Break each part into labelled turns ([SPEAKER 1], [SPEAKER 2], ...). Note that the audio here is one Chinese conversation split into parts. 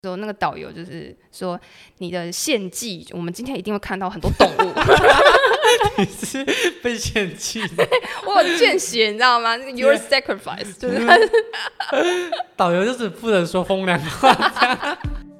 [SPEAKER 1] 说那个导游就是说你的献祭，我们今天一定会看到很多动物。
[SPEAKER 2] 你是被献祭的？
[SPEAKER 1] 我有见血，你知道吗？那个 Your sacrifice 就是他
[SPEAKER 2] 导游就只负责说风凉话。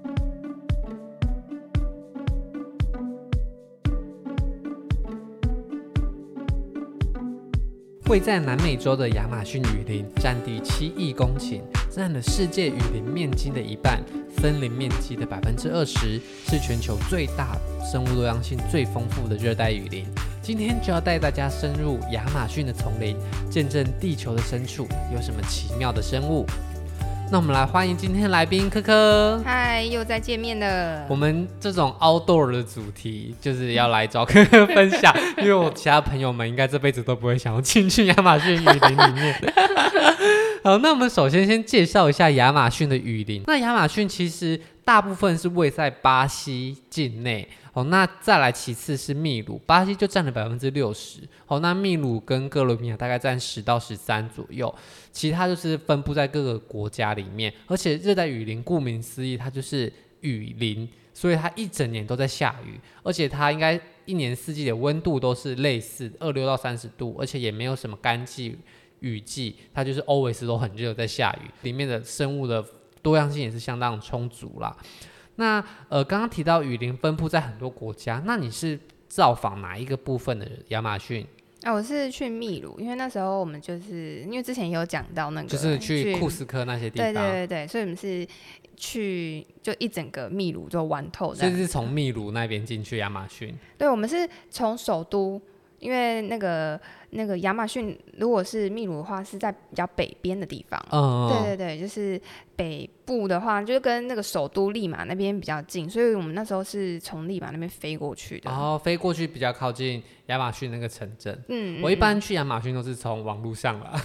[SPEAKER 2] 位在南美洲的亚马逊雨林，占地7亿公顷，占了世界雨林面积的一半，森林面积的20%，是全球最大、生物多样性最丰富的热带雨林。今天就要带大家深入亚马逊的丛林，见证地球的深处有什么奇妙的生物。那我们来欢迎今天的来宾科科。
[SPEAKER 1] 嗨，又再见面了。
[SPEAKER 2] 我们这种 outdoor 的主题就是要来找科科分享，因为我其他朋友们应该这辈子都不会想要进去亚马逊雨林里面。好，那我们首先介绍一下亚马逊的雨林。那亚马逊其实大部分是位在巴西境内。那再来其次是秘鲁，巴西就占了60%。那秘鲁跟哥伦比亚大概占10到13左右，其他就是分布在各个国家里面。而且热带雨林顾名思义，它就是雨林，所以它一整年都在下雨，而且它应该一年四季的温度都是类似26到30度，而且也没有什么干季雨季，它就是 always 都很热在下雨，里面的生物的多样性也是相当充足啦。那刚刚提到雨林分布在很多国家，那你是造访哪一个部分的亚马逊？
[SPEAKER 1] 我是去秘鲁，因为那时候我们就是因为之前也有讲到那个，
[SPEAKER 2] 就是去库斯科那些地方。
[SPEAKER 1] 对，所以我们是去就一整个秘鲁就玩透，
[SPEAKER 2] 所以是从秘鲁那边进去亚马逊。
[SPEAKER 1] 对，我们是从首都，因为那个亚马逊如果是秘鲁的话是在比较北边的地方。对，就是北部的话就是跟那个首都利马那边比较近，所以我们那时候是从利马那边飞过去的。
[SPEAKER 2] 飞过去比较靠近亚马逊那个城镇。我一般去亚马逊都是从网路上啦。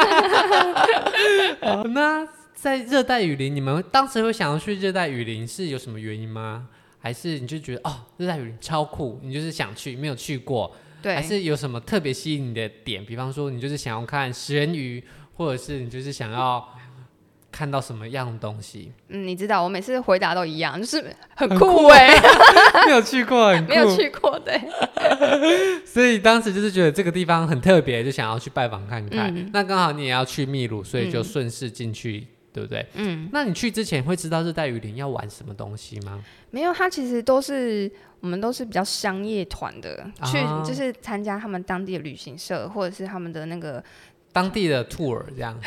[SPEAKER 2] 那在热带雨林，你们当时会想要去热带雨林是有什么原因吗？还是你就觉得热带雨林超酷，你就是想去，没有去过？对，还是有什么特别吸引你的点？比方说，你就是想要看食人鱼，或者是你就是想要看到什么样的东西？
[SPEAKER 1] 你知道我每次回答都一样，就是很酷
[SPEAKER 2] 没有去过，很酷，
[SPEAKER 1] 没有去过，对。
[SPEAKER 2] 所以当时就是觉得这个地方很特别，就想要去拜访看看。那刚好你也要去秘鲁，所以就顺势进去。对不对？那你去之前会知道热带雨林要玩什么东西吗？没
[SPEAKER 1] 有，它其实我们都是比较商业团的，去就是参加他们当地的旅行社，或者是他们的那个
[SPEAKER 2] 当地的 tour 这样。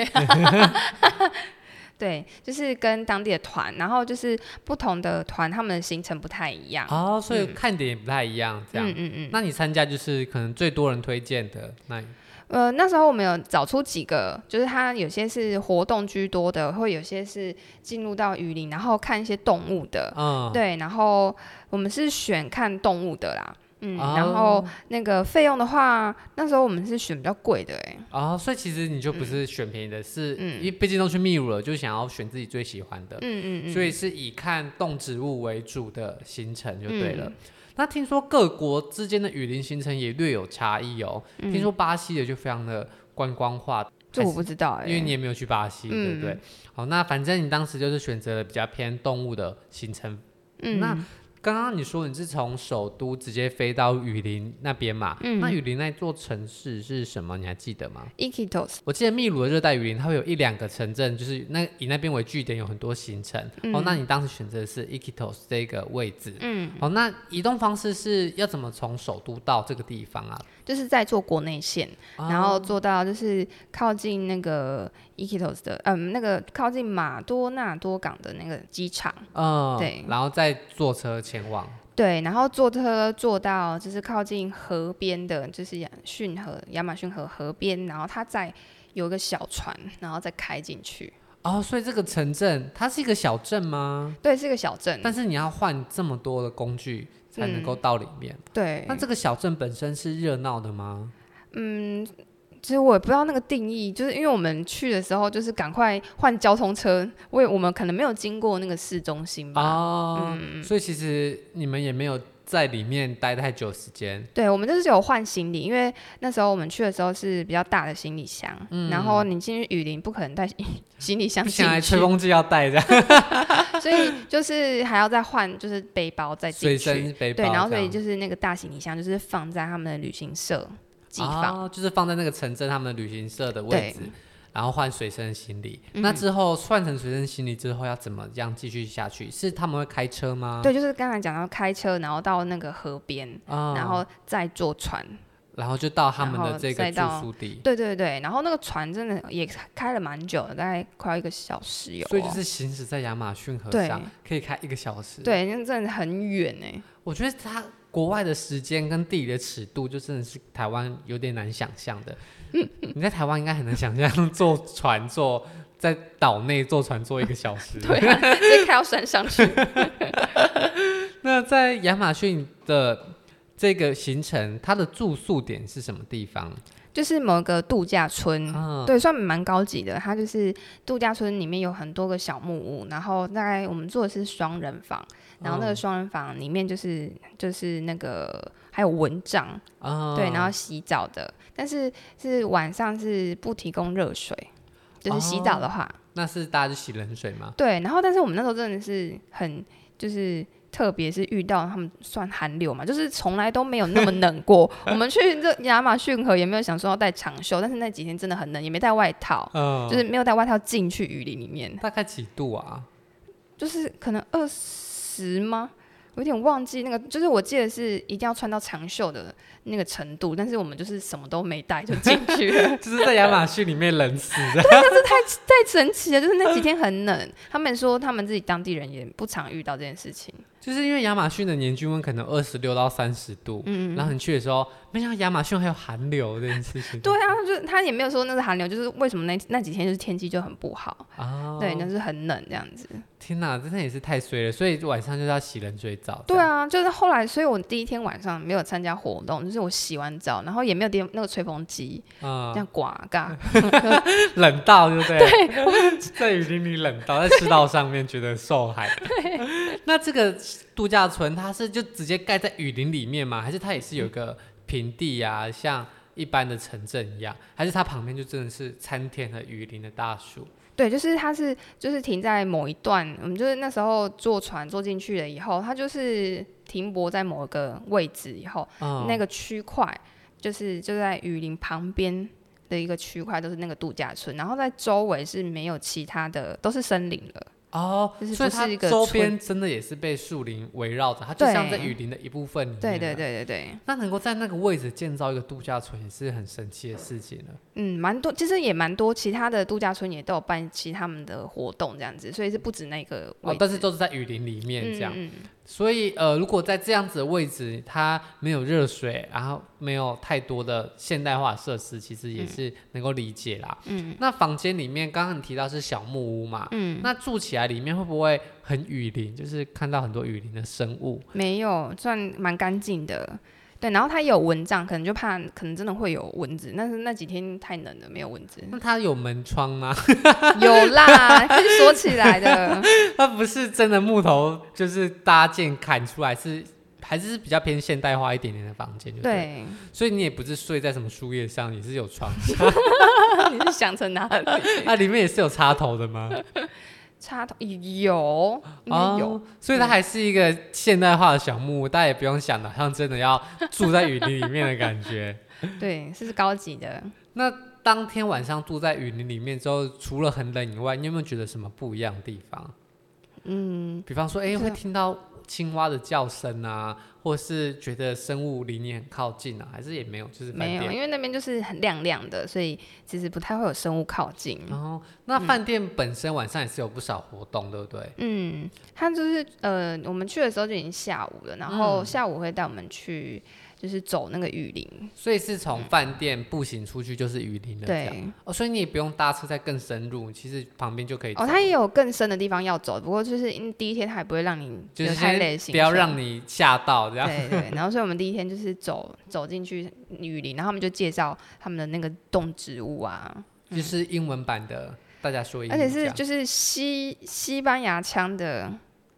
[SPEAKER 1] 对，就是跟当地的团，然后就是不同的团，他们的行程不太一样
[SPEAKER 2] 所以看点也不太一样，这样。那你参加就是可能最多人推荐的
[SPEAKER 1] 那时候我们有找出几个，就是它有些是活动居多的，或有些是进入到雨林，然后看一些动物的。对，然后我们是选看动物的啦。然后那个费用的话，那时候我们是选比较贵的
[SPEAKER 2] 所以其实你就不是选便宜的，是因为毕竟都去秘鲁了，就想要选自己最喜欢的。所以是以看动植物为主的行程就对了。那听说各国之间的雨林行程也略有差异听说巴西的就非常的观光化，
[SPEAKER 1] 这我不知道
[SPEAKER 2] 因为你也没有去巴西，对不对？好，那反正你当时就是选择了比较偏动物的行程。那刚刚你说你是从首都直接飞到雨林那边嘛？那雨林那座城市是什么？你还记得吗？
[SPEAKER 1] Iquitos。
[SPEAKER 2] 我记得秘鲁的热带雨林它会有1-2个城镇，就是以那边为据点有很多行程。那你当时选择的是 Iquitos 这个位置。那移动方式是要怎么从首都到这个地方啊？
[SPEAKER 1] 就是在坐国内线，然后坐到就是靠近那个 Iquitos 的那个靠近马多纳多港的那个机场。对，
[SPEAKER 2] 然后再坐车前往。
[SPEAKER 1] 对，然后坐车坐到就是靠近河边的，就是亚马逊河河边，然后它再有一个小船，然后再开进去。
[SPEAKER 2] 所以这个城镇它是一个小镇吗？
[SPEAKER 1] 对，是一个小镇，
[SPEAKER 2] 但是你要换这么多的工具才能够到里面。
[SPEAKER 1] 对，
[SPEAKER 2] 那这个小镇本身是热闹的吗？
[SPEAKER 1] 其实我也不知道那个定义，就是因为我们去的时候就是赶快换交通车，我们可能没有经过那个市中心吧。
[SPEAKER 2] 所以其实你们也没有在里面待太久时间。
[SPEAKER 1] 对，我们就是有换行李，因为那时候我们去的时候是比较大的行李箱，然后你进去雨林不可能带行李箱进去，
[SPEAKER 2] 不行，吹风机要带着，
[SPEAKER 1] 所以就是还要再换，就是背包再进去，
[SPEAKER 2] 随身背包。
[SPEAKER 1] 对，然后所以就是那个大行李箱就是放在他们的旅行社寄放，
[SPEAKER 2] 就是放在那个城镇他们的旅行社的位置。然后换随身行李，那之后换成随身行李之后要怎么样继续下去？是他们会开车吗？
[SPEAKER 1] 对，就是刚才讲到开车，然后到那个河边，然后再坐船，
[SPEAKER 2] 然后就到他们的这个住宿地。
[SPEAKER 1] 对对对，然后那个船真的也开了蛮久的，大概快要1个小时有。
[SPEAKER 2] 所以就是行驶在亚马逊河上，可以开1个小时。
[SPEAKER 1] 对，那真的很远哎。我
[SPEAKER 2] 觉得它国外的时间跟地理的尺度，就真的是台湾有点难想象的。你在台湾应该很难想象坐船在岛内坐船坐1个小时。
[SPEAKER 1] 对啊，直接开到山上去。
[SPEAKER 2] 那在亚马逊的这个行程，它的住宿点是什么地方？
[SPEAKER 1] 就是某个度假村，对，算蛮高级的。它就是度假村里面有很多个小木屋，然后大概我们住的是双人房，然后那个双人房里面就是那个还有蚊帐，对，然后洗澡的，但是晚上是不提供热水，就是洗澡的话，
[SPEAKER 2] 那是大家就洗冷水吗？
[SPEAKER 1] 对，然后但是我们那时候真的是很就是特别是遇到他们算寒流嘛，就是从来都没有那么冷过。我们去这亚马逊河也没有想说要带长袖，但是那几天真的很冷，也没带外套，就是没有带外套进去雨林里面。
[SPEAKER 2] 大概几度啊？
[SPEAKER 1] 就是可能20吗？有点忘记那个，就是我记得是一定要穿到长袖的那个程度，但是我们就是什么都没带就进去了，
[SPEAKER 2] 就是在亚马逊里面冷死的。
[SPEAKER 1] 对，但是太神奇了，就是那几天很冷。他们说他们自己当地人也不常遇到这件事情，
[SPEAKER 2] 就是因为亚马逊的年均温可能26到30度，然后你去的时候，没想到亚马逊还有寒流这件事情。
[SPEAKER 1] 对啊，就他也没有说那是寒流，就是为什么那几天就是天气就很不好，对，就是很冷这样子。
[SPEAKER 2] 天哪，真的也是太衰了，所以晚上就是要洗冷水澡。
[SPEAKER 1] 对啊，就是后来，所以我第一天晚上没有参加活动，就是我洗完澡，然后也没有那个吹风机，这样呱嘎，
[SPEAKER 2] 冷到对不对？
[SPEAKER 1] 对，
[SPEAKER 2] 在雨林里冷到，在赤道上面觉得受寒。那这个度假村它是就直接盖在雨林里面吗？还是它也是有个平地啊，像一般的城镇一样？还是它旁边就真的是参天和雨林的大树？
[SPEAKER 1] 对，就是它就是停在某一段，我们就是那时候坐船坐进去了以后，它就是停泊在某个位置以后，那个区块就在雨林旁边的一个区块都是那个度假村，然后在周围是没有其他的，都是森林了。就是
[SPEAKER 2] 所以它周边真的也是被树林围绕着，它就像在雨林的一部分里面。
[SPEAKER 1] 对。
[SPEAKER 2] 那能够在那个位置建造一个度假村，也是很神奇的事情了。
[SPEAKER 1] 蛮多，其实也蛮多其他的度假村也都有办他们的活动这样子，所以是不止那个位置，
[SPEAKER 2] 但是都是在雨林里面这样。所以如果在这样子的位置，它没有热水，然后没有太多的现代化设施，其实也是能够理解啦。那房间里面刚刚你提到是小木屋嘛，那住起来里面会不会很雨林？就是看到很多雨林的生物？没
[SPEAKER 1] 有，算蛮干净的。对，然后它也有蚊帐，可能就怕可能真的会有蚊子，但是那几天太冷了，没有蚊子。
[SPEAKER 2] 那它有门窗吗？
[SPEAKER 1] 有啦，可以锁起来的。
[SPEAKER 2] 它不是真的木头，就是搭建砍出来，还是比较偏现代化一点点的房间。对，所以你也不是睡在什么树叶上，也是有床上。
[SPEAKER 1] 你是想成哪里？
[SPEAKER 2] 那里面也是有插头的吗？
[SPEAKER 1] 插头有，应该有，
[SPEAKER 2] 所以它还是一个现代化的小木屋，大家也不用想的，好像真的要住在雨林里面的感觉。
[SPEAKER 1] 对，是高级的。
[SPEAKER 2] 那当天晚上住在雨林里面之后，除了很冷以外，你有没有觉得什么不一样的地方？比方说，会听到青蛙的叫声啊，或是觉得生物离你很靠近啊，还是也没有？就是
[SPEAKER 1] 没有，因为那边就是很亮亮的，所以其实不太会有生物靠近。
[SPEAKER 2] 那饭店本身晚上也是有不少活动，对不对？
[SPEAKER 1] 它就是我们去的时候就已经下午了，然后下午会带我们去。就是走那个雨林，
[SPEAKER 2] 所以是从饭店步行出去就是雨林了。对，所以你也不用搭车再更深入，其实旁边就可以走。
[SPEAKER 1] 它也有更深的地方要走，不过就是第一天它也不会让你有太累的行程，
[SPEAKER 2] 不要让你吓到这样。
[SPEAKER 1] 对，然后所以我们第一天就是走进去雨林，然后他们就介绍他们的那个动植物啊，
[SPEAKER 2] 就是英文版的，大家说一下。
[SPEAKER 1] 而且是就是西班牙腔的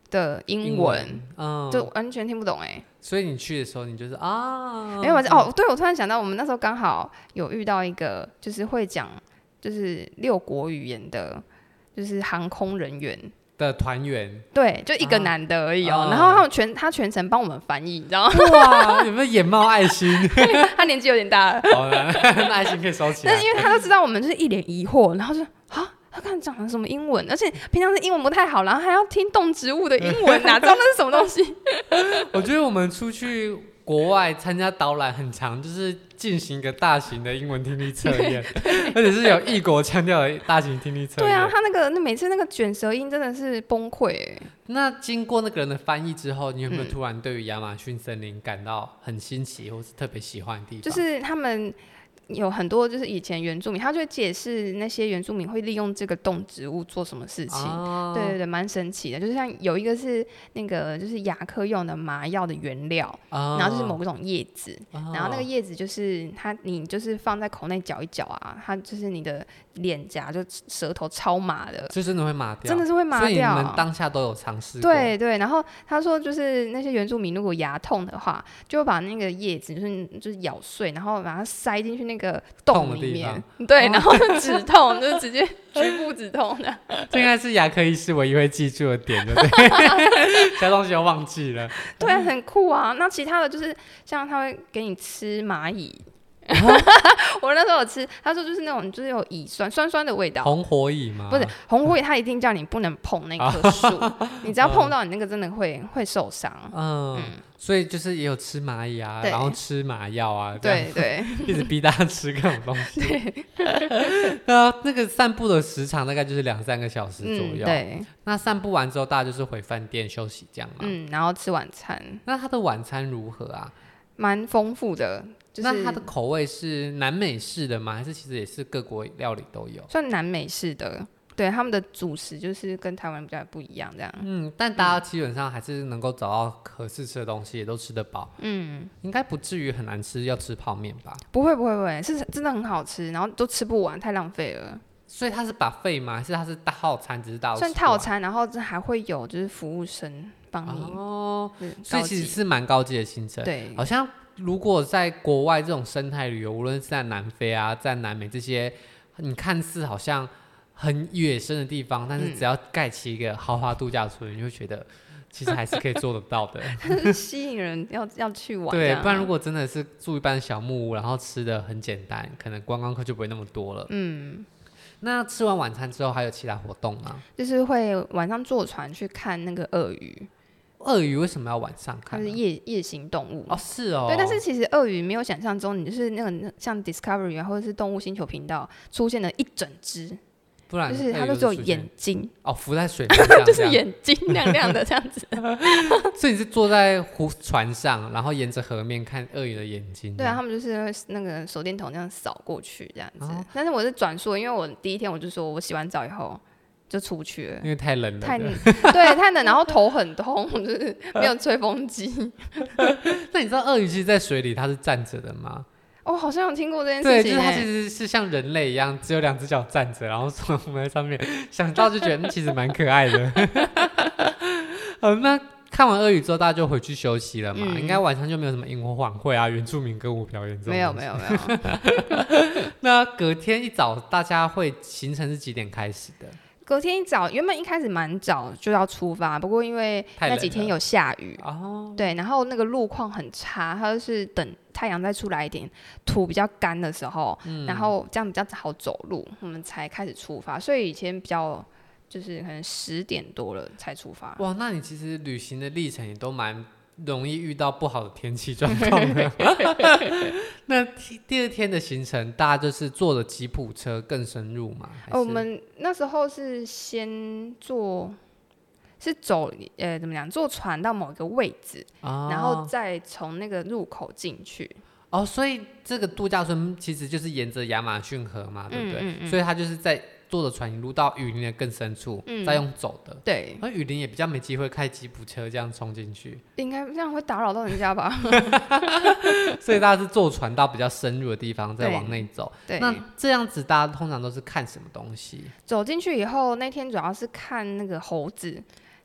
[SPEAKER 1] 的英文，就完全听不懂
[SPEAKER 2] 所以你去的时候，你就是
[SPEAKER 1] 对，我突然想到，我们那时候刚好有遇到一个就是会讲就是6国语言的，就是航空人员
[SPEAKER 2] 的团员，
[SPEAKER 1] 对，就一个男的而已然后他全程帮我们翻译，你知道吗？
[SPEAKER 2] 哇，有没有眼冒爱心？
[SPEAKER 1] 他年纪有点大了，
[SPEAKER 2] 那爱心可以收起来。
[SPEAKER 1] 但是因为他都知道我们就是一脸疑惑，然后就他看讲的什么英文，而且平常的英文不太好，然后还要听动植物的英文知道那是什么东西？
[SPEAKER 2] 我觉得我们出去国外参加导览很常，就是进行一个大型的英文听力测验，而且是有异国腔调的大型听力测验。
[SPEAKER 1] 对啊，他每次那个卷舌音真的是崩溃
[SPEAKER 2] 那经过那个人的翻译之后，你有没有突然对于亚马逊森林感到很新奇，或是特别喜欢的地方？
[SPEAKER 1] 就是他们有很多就是以前原住民，他就会解释那些原住民会利用这个动植物做什么事情。对对对，蛮神奇的。就是像有一个是那个就是牙科用的麻药的原料，然后就是某种叶子，然后那个叶子就是你就是放在口内嚼一嚼它就是你的脸颊就舌头超麻的，
[SPEAKER 2] 就真的会麻掉，
[SPEAKER 1] 真的是会麻掉。
[SPEAKER 2] 所以你们当下都有尝试过？
[SPEAKER 1] 对对，然后他说就是那些原住民如果牙痛的话，就会把那个叶子就是咬碎，然后把它塞进去那个洞里面，对，然后就止痛，就直接局部止痛的。
[SPEAKER 2] 这应该是牙科医师唯一会记住的点，对不对？其他东西都忘记了。
[SPEAKER 1] 对，很酷啊。那其他的就是像他会给你吃蚂蚁。我那时候有吃，他说就是那种就是有乙酸酸酸的味道。
[SPEAKER 2] 红火蚁吗？
[SPEAKER 1] 不是红火蚁，他一定叫你不能碰那棵树，你只要碰到你那个真的会受伤。
[SPEAKER 2] 所以就是也有吃蚂蚁啊，然后吃麻药啊，
[SPEAKER 1] 对对，
[SPEAKER 2] 一直逼大家吃各种东西。那个散步的时长大概就是2-3个小时左右。
[SPEAKER 1] 对。
[SPEAKER 2] 那散步完之后，大家就是回饭店休息这样嘛。
[SPEAKER 1] 然后吃晚餐。
[SPEAKER 2] 那他的晚餐如何啊？
[SPEAKER 1] 蛮丰富的。
[SPEAKER 2] 那它的口味是南美式的吗？还是其实也是各国料理都有？
[SPEAKER 1] 算南美式的，对，他们的主食就是跟台湾比较不一样这样。
[SPEAKER 2] 但大家基本上还是能够找到合适吃的东西，也都吃得饱。应该不至于很难吃，要吃泡面吧？
[SPEAKER 1] 不会，是真的很好吃，然后都吃不完，太浪费了。
[SPEAKER 2] 所以它是 buffet 吗？还是它是套餐，只是大
[SPEAKER 1] 算套餐，然后还会有就是服务生帮你。
[SPEAKER 2] 所以其实是蛮高级的行程。
[SPEAKER 1] 对，
[SPEAKER 2] 好像如果在国外这种生态旅游，无论是在南非啊，在南美这些，你看似好像很野生的地方，但是只要盖起一个豪华度假村，你会觉得其实还是可以做得到的。
[SPEAKER 1] 吸引人要去玩。
[SPEAKER 2] 对，不然如果真的是住一般小木屋，然后吃的很简单，可能观光客就不会那么多了。那吃完晚餐之后还有其他活动吗？
[SPEAKER 1] 就是会晚上坐船去看那个鳄鱼。
[SPEAKER 2] 鳄鱼为什么要晚上看？
[SPEAKER 1] 它是夜行动物。
[SPEAKER 2] 是哦。
[SPEAKER 1] 对，但是其实鳄鱼没有想象中，你就是那个像 Discovery 啊，或者是动物星球频道出现了一整只，
[SPEAKER 2] 不然
[SPEAKER 1] 就是它都只有眼睛
[SPEAKER 2] 浮在水面
[SPEAKER 1] 就是眼睛亮亮的这样子。
[SPEAKER 2] 所以你是坐在船上，然后沿着河面看鳄鱼的眼睛。
[SPEAKER 1] 对啊，他们就是那个手电筒这样扫过去这样子。但是我是转述，因为我第一天我就说我洗完澡以后就出去了，
[SPEAKER 2] 因为太冷了。
[SPEAKER 1] 对，太冷，然后头很痛，就是没有吹风机。
[SPEAKER 2] 那你知道鳄鱼其实在水里它是站着的吗？
[SPEAKER 1] 好像有听过这件事情。
[SPEAKER 2] 对，就是它其实是像人类一样，只有2只脚站着，然后我们在上面，想到就觉得其实蛮可爱的。那看完鳄鱼之后，大家就回去休息了嘛？应该晚上就没有什么萤火晚会啊、原住民歌舞表演这种。
[SPEAKER 1] 没有。
[SPEAKER 2] 那隔天一早，大家会行程是几点开始的？
[SPEAKER 1] 隔天一早，原本一开始蛮早就要出发，不过因为那几天有下雨，对，然后那个路况很差，它就是等太阳再出来一点，土比较干的时候，然后这样比较好走路，我们才开始出发。所以以前比较就是可能10点多了才出发。
[SPEAKER 2] 哇，那你其实旅行的历程也都蛮容易遇到不好的天气状况的。那第二天的行程，大家就是坐的吉普车更深入吗？
[SPEAKER 1] 我们那时候是先走怎么讲？坐船到某一个位置，然后再从那个入口进去。
[SPEAKER 2] 所以这个度假村其实就是沿着亚马逊河嘛，对不对？所以它就是在坐着船一路到雨林的更深处，再用走的。
[SPEAKER 1] 对，
[SPEAKER 2] 而雨林也比较没机会开吉普车这样冲进去，
[SPEAKER 1] 应该这样会打扰到人家吧？
[SPEAKER 2] 所以大家是坐船到比较深入的地方，再往内走。
[SPEAKER 1] 对，
[SPEAKER 2] 那这样子大家通常都是看什么东西？
[SPEAKER 1] 走进去以后，那天主要是看那个猴子。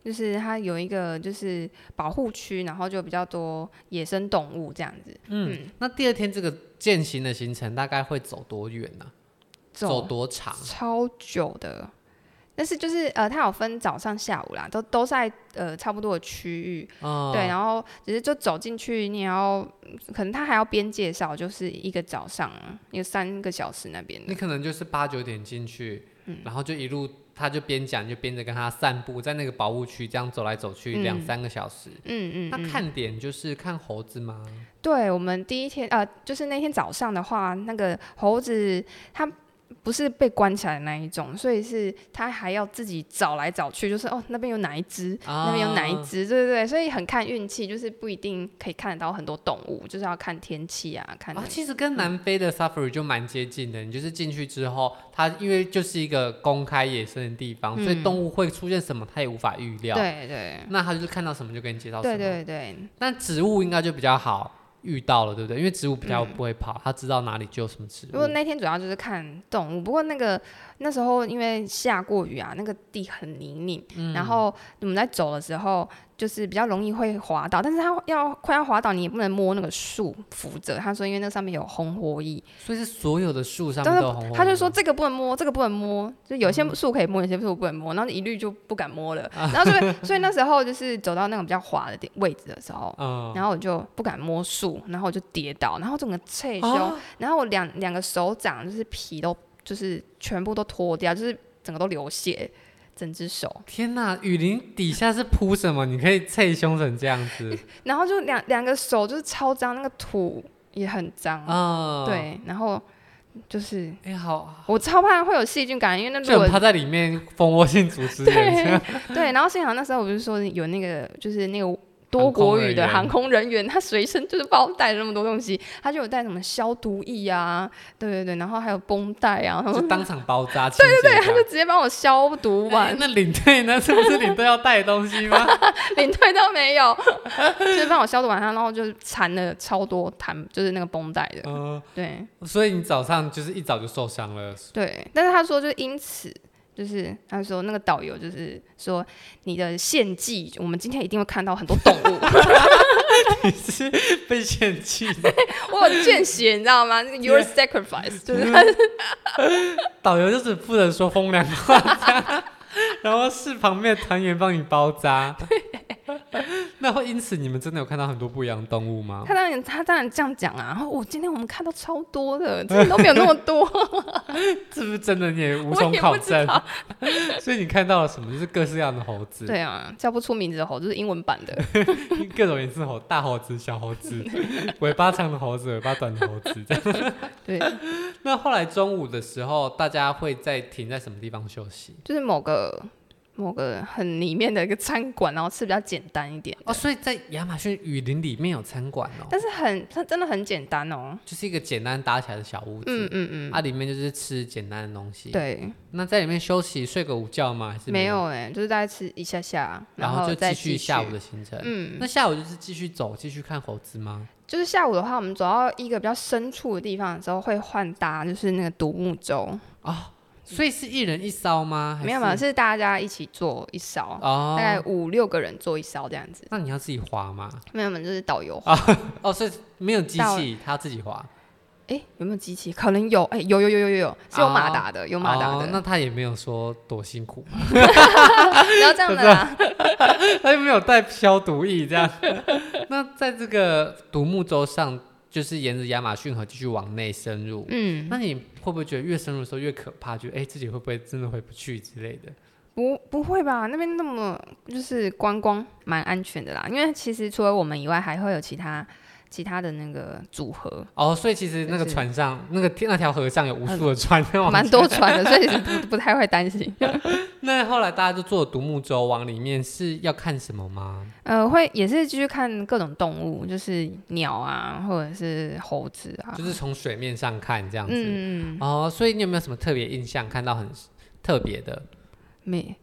[SPEAKER 1] 就是它有一个就是保护区，然后就比较多野生动物这样子。
[SPEAKER 2] 那第二天这个健行的行程大概会走多远呢？走多长？
[SPEAKER 1] 超久的。但是就是它有分早上下午啦，都在差不多的区域，对，然后只是就走进去，你也要可能他还要边介绍，就是一个早上有3个小时那边的，
[SPEAKER 2] 你可能就是8、9点进去，然后就一路他就边讲就边着跟他散步，在那个保护区这样走来走去2、3个小时。那看点就是看猴子吗？
[SPEAKER 1] 对，我们第一天就是那天早上的话，那个猴子它不是被关起来的那一种，所以是他还要自己找来找去，就是那边有哪一只，那边有哪一只，对对对，所以很看运气，就是不一定可以看得到很多动物，就是要看天气啊，看。
[SPEAKER 2] 其实跟南非的 Safari 就蛮接近的，你就是进去之后，它因为就是一个公开野生的地方，所以动物会出现什么，它也无法预料。
[SPEAKER 1] 对对。
[SPEAKER 2] 那他就是看到什么就跟你介绍什么。
[SPEAKER 1] 对对对。
[SPEAKER 2] 但植物应该就比较好遇到了，对不对？因为植物比较不会跑，他知道哪里就有什么植物。
[SPEAKER 1] 不过那天主要就是看动物，不过那时候因为下过雨啊，那个地很泥泞，然后我们在走的时候就是比较容易会滑倒，但是他快要滑倒，你也不能摸那个树扶着。他说因为那上面有红火蚁，
[SPEAKER 2] 所以是所有的树上面都有红火蚁。
[SPEAKER 1] 他就说这个不能摸，这个不能摸，就有些树可以摸，有些树不能摸，然后一律就不敢摸了。然后所以那时候就是走到那种比较滑的位置的时候，然后我就不敢摸树，然后我就跌倒，然后整个脆胸，然后我两个手掌就是皮都就是全部都脱掉，就是整个都流血。整只手，
[SPEAKER 2] 天哪！雨林底下是铺什么？你可以脆胸成这样子，
[SPEAKER 1] 然后就两个手就是超脏，那个土也很脏，对，然后就是
[SPEAKER 2] 好，
[SPEAKER 1] 我超怕会有细菌感染，因为那
[SPEAKER 2] 就他在里面蜂窝性组织炎。
[SPEAKER 1] 对，然后幸好那时候我就说有那个就是那个。多国语的航空人员，他随身就是包带了那么多东西，他就有带什么消毒液啊，对对对，然后还有绷带啊，
[SPEAKER 2] 就当场包扎。
[SPEAKER 1] 对对对，他就直接帮我消毒完。
[SPEAKER 2] 那领队呢？是不是领队要带的东西吗？
[SPEAKER 1] 领队都没有，就是帮我消毒完，然后就缠了超多弹，就是那个绷带的。对。
[SPEAKER 2] 所以你早上就是一早就受伤了。
[SPEAKER 1] 对，但是他说就是因此。就是他说那个导游就是说你的献祭，我们今天一定会看到很多动物。
[SPEAKER 2] 你是被献祭的？
[SPEAKER 1] 我有见血，你知道吗？Your sacrifice， 就是
[SPEAKER 2] 导游就只负责说风凉话，然后是旁边的团员帮你包扎。那会因此你们真的有看到很多不一样的动物吗？
[SPEAKER 1] 他当然这样讲啊，然后今天我们看到超多的，真的都没有那么多。
[SPEAKER 2] 是不是真的你也无从考证？所以你看到了什么？就是各式各样的猴子。
[SPEAKER 1] 对啊，叫不出名字的猴子，就是英文版的。
[SPEAKER 2] 各种颜色猴，大猴子、小猴子，尾巴长的猴子、尾巴短的猴子，这样。对。那后来中午的时候，大家会再停在什么地方休息？
[SPEAKER 1] 就是某个很里面的一个餐馆，然后吃比较简单一点
[SPEAKER 2] 所以在亚马逊雨林里面有餐馆
[SPEAKER 1] 但是它真的很简单
[SPEAKER 2] 就是一个简单搭起来的小屋子，里面就是吃简单的东西。
[SPEAKER 1] 对，
[SPEAKER 2] 那在里面休息睡个午觉吗？还是
[SPEAKER 1] 没有就是大概吃一下下，
[SPEAKER 2] 然后就
[SPEAKER 1] 再
[SPEAKER 2] 继续下午的行程。那下午就是继续走，继续看猴子吗？
[SPEAKER 1] 就是下午的话，我们走到一个比较深处的地方的时候，会换搭就是那个独木舟
[SPEAKER 2] 所以是一人一艘吗？
[SPEAKER 1] 没有，是大家一起坐一艘，大概5、6个人坐一艘这样子。
[SPEAKER 2] 那你要自己划吗？
[SPEAKER 1] 没有，就是导游划。
[SPEAKER 2] 所以没有机器，他要自己划。
[SPEAKER 1] 有没有机器？可能有，有，是有马达的，有马达的。
[SPEAKER 2] 那他也没有说多辛苦嘛。
[SPEAKER 1] 不要这样的啦。
[SPEAKER 2] 他又没有带消毒液这样。那在这个独木舟上，就是沿着亚马逊河继续往内深入。那你会不会觉得越深入的时候越可怕？觉得自己会不会真的回不去之类的？
[SPEAKER 1] 不会吧？那边那么就是观光蛮安全的啦。因为其实除了我们以外，还会有其他的那个组合
[SPEAKER 2] 所以其实那个船上那条河上有无数的船，
[SPEAKER 1] 蛮多船的，所以不太会担心。
[SPEAKER 2] 那后来大家就坐独木舟往里面，是要看什么吗？
[SPEAKER 1] 会也是继续看各种动物，就是鸟啊，或者是猴子啊，
[SPEAKER 2] 就是从水面上看这样子。所以你有没有什么特别印象，看到很特别的？
[SPEAKER 1] 没。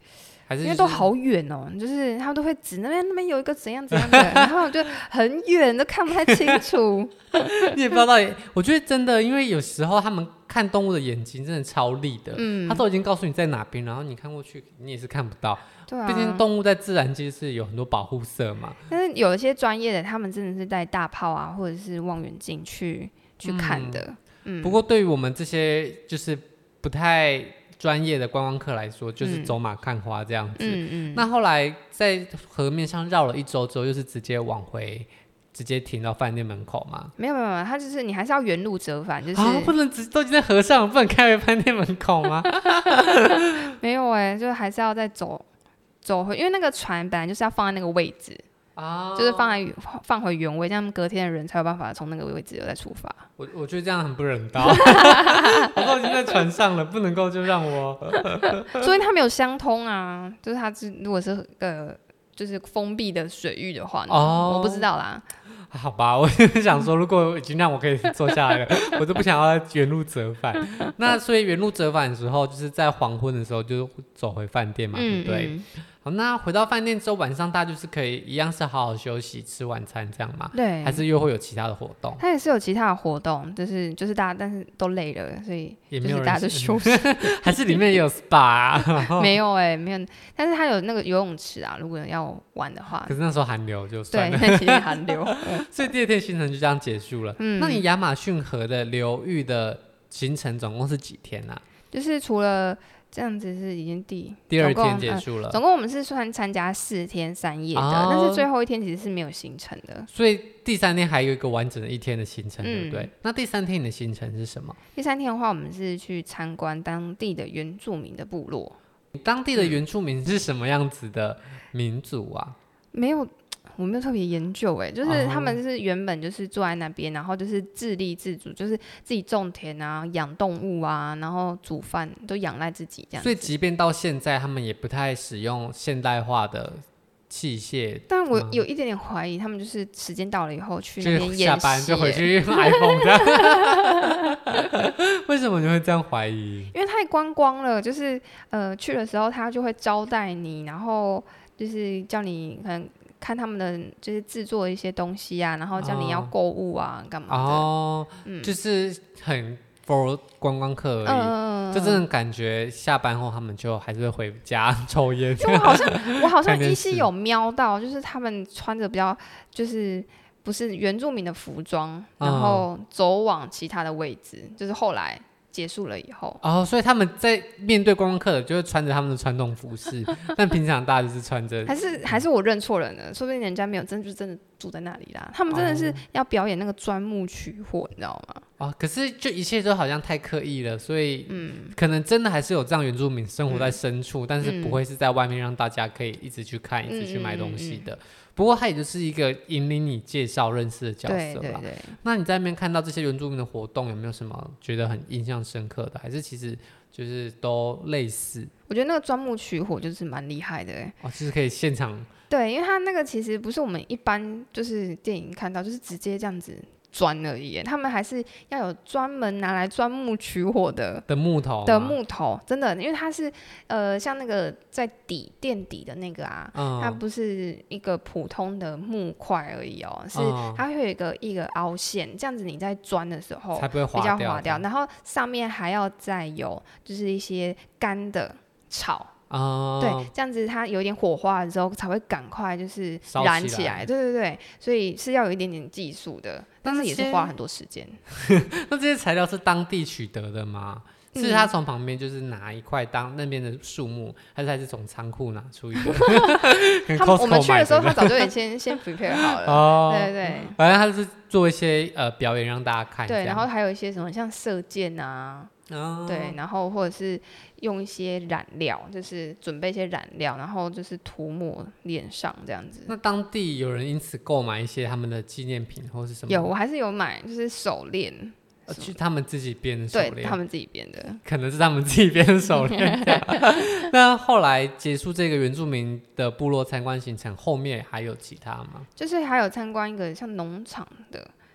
[SPEAKER 2] 因
[SPEAKER 1] 为都好远哦，就是他们都会指那边有一个怎样怎样的，然后就很远都看不太清楚。
[SPEAKER 2] 你也不知道到底，我觉得真的，因为有时候他们看动物的眼睛真的超利的，他都已经告诉你在哪边，然后你看过去你也是看不到。对啊，毕竟动物在自然界是有很多保护色嘛。
[SPEAKER 1] 但是有一些专业的，他们真的是带大炮啊，或者是望远镜去看的。
[SPEAKER 2] 不过对于我们这些就是不太专业的观光客来说，就是走马看花这样子。那后来在河面上绕了1周之后，又是直接往回，直接停到饭店门口吗？
[SPEAKER 1] 没有，它就是你还是要原路折返，就是
[SPEAKER 2] 不能都已经在河上，不能开回饭店门口吗？
[SPEAKER 1] 没有就还是要再走回，因为那个船本来就是要放在那个位置。就是放回原位，这样隔天的人才有办法从那个位置又再出发。
[SPEAKER 2] 我觉得这样很不人道。我都已经在船上了，不能够就让我。
[SPEAKER 1] 所以它没有相通啊，就是它如果是就是封闭的水域的话，我不知道啦。
[SPEAKER 2] 好吧，我就想说，如果已经让我可以坐下来了，我就不想要原路折返。那所以原路折返的时候，就是在黄昏的时候就走回饭店嘛，对不对？好，那回到饭店之后，晚上大家就是可以一样是好好休息、吃晚餐这样嘛？对，还是又会有其他的活动？
[SPEAKER 1] 它也是有其他的活动，就是大家但是都累了，所以就是大家就休息。
[SPEAKER 2] 还是里面也有 SPA 啊？
[SPEAKER 1] 没有没有，但是它有那个游泳池啊，如果要玩的话。
[SPEAKER 2] 可是那时候寒流就算了。
[SPEAKER 1] 对，那其实寒流。
[SPEAKER 2] 所以第二天行程就这样结束了。那你亚马逊河的流域的行程总共是几天啊？
[SPEAKER 1] 就是除了这样子是已经
[SPEAKER 2] 第二天结束了。
[SPEAKER 1] 总共我们是算参加4天3夜的，但是最后一天其实是没有行程的。
[SPEAKER 2] 所以第3天还有一个完整的1天的行程，对不对？那第3天你的行程是什么？
[SPEAKER 1] 第3天的话，我们是去参观当地的原住民的部落。
[SPEAKER 2] 当地的原住民是什么样子的民族啊？
[SPEAKER 1] 我没有特别研究就是他们是原本就是住在那边，然后就是自立自主，就是自己种田啊、养动物啊，然后煮饭都仰赖自己这样子。
[SPEAKER 2] 所以即便到现在，他们也不太使用现代化的器械。
[SPEAKER 1] 但我有一点点怀疑，他们就是时间到了以后去那边演习，
[SPEAKER 2] 下班就回去用 iPhone 这样。为什么你会这样怀疑？
[SPEAKER 1] 因为太观光了，就是去的时候他就会招待你，然后就是叫你可能看他们的就是制作一些东西啊，然后叫你要购物啊，干嘛的？
[SPEAKER 2] 就是很 for 观光客而已。就真的感觉下班后他们就还是会回家抽烟。
[SPEAKER 1] 我好像依稀有瞄到，就是他们穿着比较就是不是原住民的服装，然后走往其他的位置，就是后来结束了以后。
[SPEAKER 2] 所以他们在面对观光客的就会穿着他们的传统服饰，但平常大家就是穿着。
[SPEAKER 1] 还是我认错人了，说不定人家没有真的住在那里啦。他们真的是要表演那个钻木取火，你知道吗？
[SPEAKER 2] 可是就一切都好像太刻意了，所以可能真的还是有这样原住民生活在深处，但是不会是在外面让大家可以一直去看、一直去买东西的。不过他也就是一个引领你介绍认识的角色啦。对。那你在那边看到这些原住民的活动，有没有什么觉得很印象深刻的？还是其实就是都类似？
[SPEAKER 1] 我觉得那个钻木取火就是蛮厉害的
[SPEAKER 2] 就是可以现场。
[SPEAKER 1] 对，因为他那个其实不是我们一般就是电影看到，就是直接这样子钻而已，他们还是要有专门拿来钻木取火的
[SPEAKER 2] 木头
[SPEAKER 1] 真的，因为它是像那个在垫底的那个它不是一个普通的木块而已是它会有一个凹陷，这样子你在钻的时候
[SPEAKER 2] 才不会
[SPEAKER 1] 比较滑掉，然后上面还要再有就是一些干的草。对，这样子它有一点火花的时候才会赶快就是燃起来。对，所以是要有一点点技术的，但是也是花很多时间。
[SPEAKER 2] 那这些材料是当地取得的吗？是他从旁边就是拿一块当那边的树木，还是从仓库拿出一个？
[SPEAKER 1] 我们去的时候，他早就已经先 prepare 好了。对，
[SPEAKER 2] 反正他是做一些表演让大家看。
[SPEAKER 1] 对，然后还有一些什么像射箭对，然后或者是用一些染料，就是准备一些染料，然后就是涂抹脸上这样子。
[SPEAKER 2] 那当地有人因此购买一些他们的纪念品或是什么？
[SPEAKER 1] 有，我还是有买，就是手链。
[SPEAKER 2] 去他们自己编的手链，
[SPEAKER 1] 对，他们自己编的，
[SPEAKER 2] 可能是他们自己编的手链。那后来结束这个原住民的部落参观行程，后面还有其他吗？
[SPEAKER 1] 就是还有参观一个像农场的，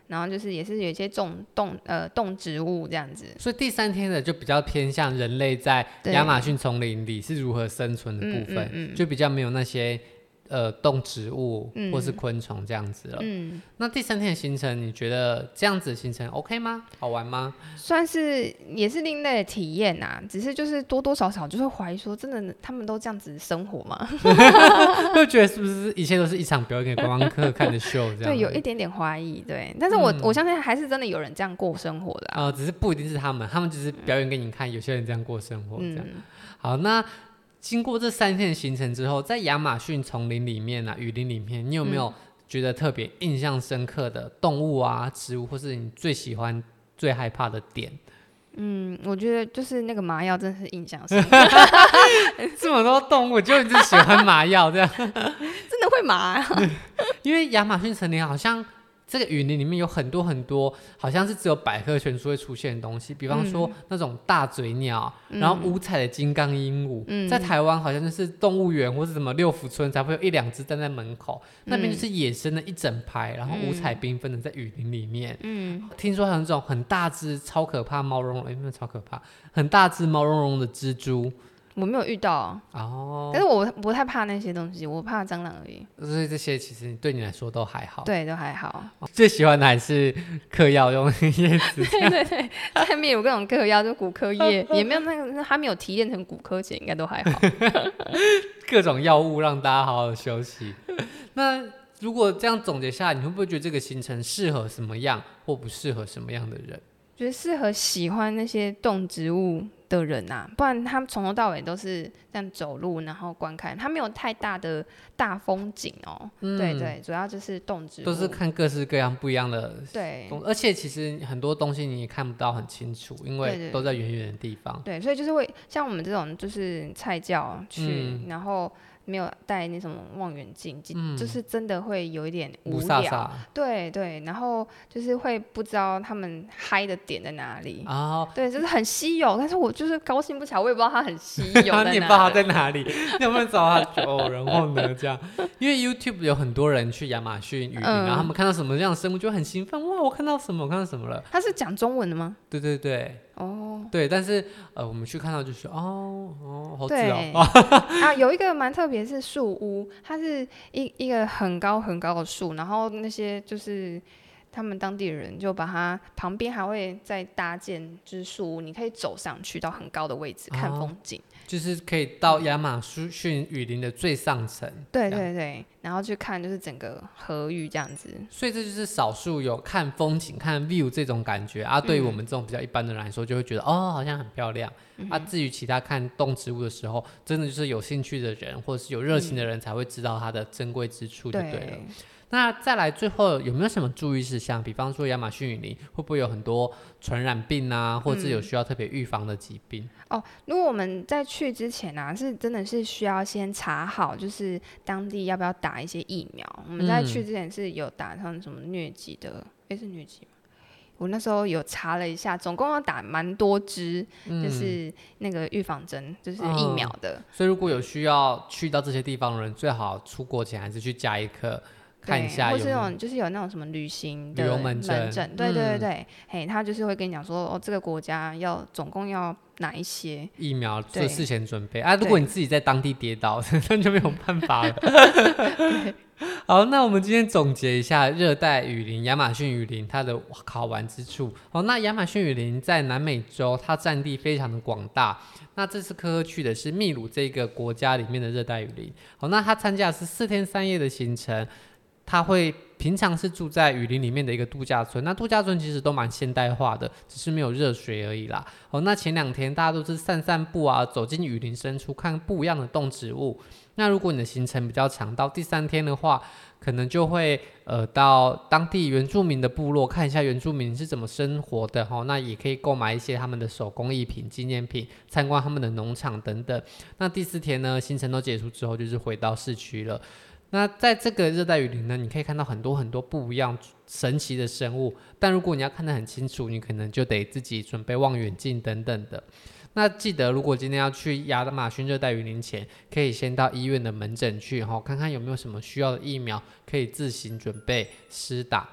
[SPEAKER 1] 然后就是也是有一些动植物这样子。
[SPEAKER 2] 所以第3天的就比较偏向人类在亚马逊丛林里是如何生存的部分，就比较没有那些动植物或是昆虫这样子了。那第3天的行程，你觉得这样子的行程 OK 吗？好玩吗？
[SPEAKER 1] 算是也是另类的体验啊，只是就是多多少少就会怀疑说，真的他们都这样子生活吗？
[SPEAKER 2] 就觉得是不是一切都是一场表演给观光客看的秀这样？
[SPEAKER 1] 对，有一点点怀疑。对，但是我相信还是真的有人这样过生活的啊。
[SPEAKER 2] 只是不一定是他们只是表演给你看，有些人这样过生活这样。好，那经过这3天的行程之后，在亚马逊丛林里面雨林里面，你有没有觉得特别印象深刻的动物啊、植物，或是你最喜欢、最害怕的点？
[SPEAKER 1] 我觉得就是那个麻药真的是印象深刻。
[SPEAKER 2] 这么多动物，就一直喜欢麻药这样，真
[SPEAKER 1] 的会麻啊。
[SPEAKER 2] 因为亚马逊丛林好像这个雨林里面有很多很多，好像是只有百科全书会出现的东西，比方说那种大嘴鸟，然后五彩的金刚鹦鹉，在台湾好像就是动物园或是什么六福村才会有1-2只站在门口，那边就是野生的一整排，然后五彩缤纷的在雨林里面。听说还有那种很大只、超可怕毛茸茸，没有超可怕，很大只毛茸茸的蜘蛛。
[SPEAKER 1] 我没有遇到但是我不太怕那些东西，我怕蟑螂而已。
[SPEAKER 2] 所以这些其实对你来说都还好。
[SPEAKER 1] 对，都还好。
[SPEAKER 2] 最喜欢的还是嗑药用的叶子。
[SPEAKER 1] 对，下面有各种嗑药，就骨科叶，也没有那个还没有提炼成骨科前，应该都还好。
[SPEAKER 2] 各种药物让大家好好休息。那如果这样总结下来，你会不会觉得这个行程适合什么样，或不适合什么样的人？
[SPEAKER 1] 觉得适合喜欢那些动植物的人啊，不然他们从头到尾都是这样走路，然后观看，他没有太大的大风景哦。对，主要就是动植物，
[SPEAKER 2] 都是看各式各样不一样的。
[SPEAKER 1] 对，
[SPEAKER 2] 而且其实很多东西你也看不到很清楚，因为都在远远的地方。
[SPEAKER 1] 对，所以就是会像我们这种就是菜教去，然后没有带那种望远镜，就是真的会有一点无聊。对，然后就是会不知道他们嗨的点在哪里。对，就是很稀有，但是我就是高兴不起来，我也不知道它很稀有在哪里。
[SPEAKER 2] 你也不知道它在哪里，你有没有找它然后呢这样？因为 YouTube 有很多人去亚马逊雨林，然后他们看到什么样的生物就很兴奋，哇，我看到什么了。
[SPEAKER 1] 他是讲中文的吗？
[SPEAKER 2] 对。对，但是我们去看到就是好自然
[SPEAKER 1] 有一个蛮特别是树屋，它是一个很高很高的树，然后那些就是他们当地人就把它旁边还会再搭建就是树屋，你可以走上去到很高的位置看风景，
[SPEAKER 2] 就是可以到亚马逊雨林的最上层。
[SPEAKER 1] 对，然后去看就是整个河域这样子。
[SPEAKER 2] 所以这就是少数有看风景看 view 这种感觉对于我们这种比较一般的人来说就会觉得好像很漂亮至于其他看动植物的时候，真的就是有兴趣的人或者是有热情的人才会知道它的珍贵之处就对了。那再来最后有没有什么注意事项？比方说亚马逊雨林会不会有很多传染病或者有需要特别预防的疾病？
[SPEAKER 1] 如果我们在去之前是真的是需要先查好，就是当地要不要打一些疫苗。我们在去之前是有打上什么疟疾的，是疟疾吗？我那时候有查了一下，总共要打蛮多支，就是那个预防针，就是疫苗的。
[SPEAKER 2] 所以如果有需要去到这些地方的人，最好出国前还是去加一课。看一下，
[SPEAKER 1] 或是就是有那种什么旅行的门诊，对，他就是会跟你讲说，这个国家总共要哪一些
[SPEAKER 2] 疫苗做事前准备如果你自己在当地跌倒，那就没有办法了。好，那我们今天总结一下热带雨林亚马逊雨林它的好玩之处。那亚马逊雨林在南美洲，它占地非常的广大。那这次科科去的是秘鲁这个国家里面的热带雨林。那他参加的是4天3夜的行程。他会平常是住在雨林里面的一个度假村，那度假村其实都蛮现代化的，只是没有热水而已啦。那前2天大家都是散步走进雨林深处看不一样的动植物。那如果你的行程比较长，到第3天的话，可能就会到当地原住民的部落看一下原住民是怎么生活的那也可以购买一些他们的手工艺品、纪念品，参观他们的农场等等。那第4天呢，行程都结束之后，就是回到市区了。那在这个热带雨林呢，你可以看到很多很多不一样神奇的生物，但如果你要看得很清楚，你可能就得自己准备望远镜等等的。那记得如果今天要去亚马逊热带雨林前，可以先到医院的门诊去看看有没有什么需要的疫苗可以自行准备施打。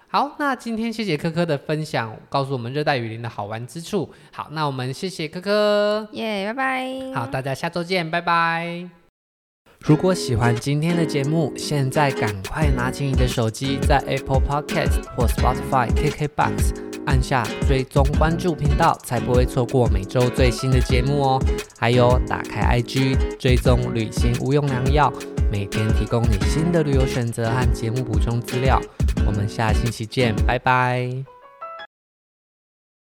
[SPEAKER 2] 好，那今天谢谢科科的分享，告诉我们热带雨林的好玩之处。好，那我们谢谢科科，
[SPEAKER 1] 耶，拜拜。
[SPEAKER 2] 好，大家下周见，拜拜。如果喜欢今天的节目，现在赶快拿起你的手机，在 Apple Podcast 或 Spotify、KKBox 按下追踪关注频道，才不会错过每周最新的节目哦。还有打开 IG 追踪旅行无用良药，每天提供你新的旅游选择和节目补充资料。我们下星期见，拜拜。